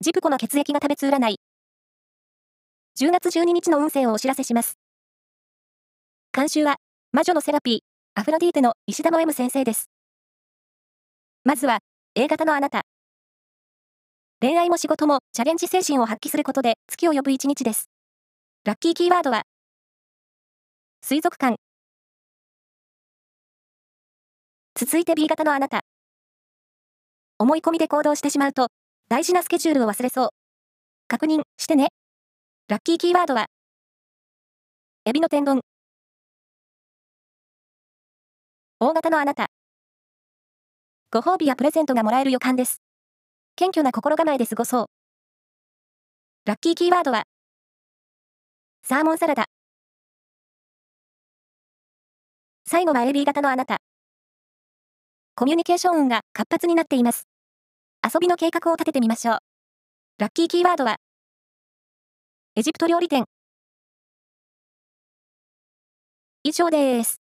ジプコの血液が食べつ占い。10月12日の運勢をお知らせします。監修は、魔女のセラピー、アフロディーテの石田の M 先生です。まずは、A 型のあなた。恋愛も仕事もチャレンジ精神を発揮することで月を呼ぶ一日です。ラッキーキーワードは、水族館。続いて B 型のあなた。思い込みで行動してしまうと、大事なスケジュールを忘れそう。確認してね。ラッキーキーワードは、エビの天丼。大型のあなた。ご褒美やプレゼントがもらえる予感です。謙虚な心構えで過ごそう。ラッキーキーワードは、サーモンサラダ。最後は AB 型のあなた。コミュニケーション運が活発になっています。遊びの計画を立ててみましょう。ラッキーキーワードは、エジプト料理店。以上です。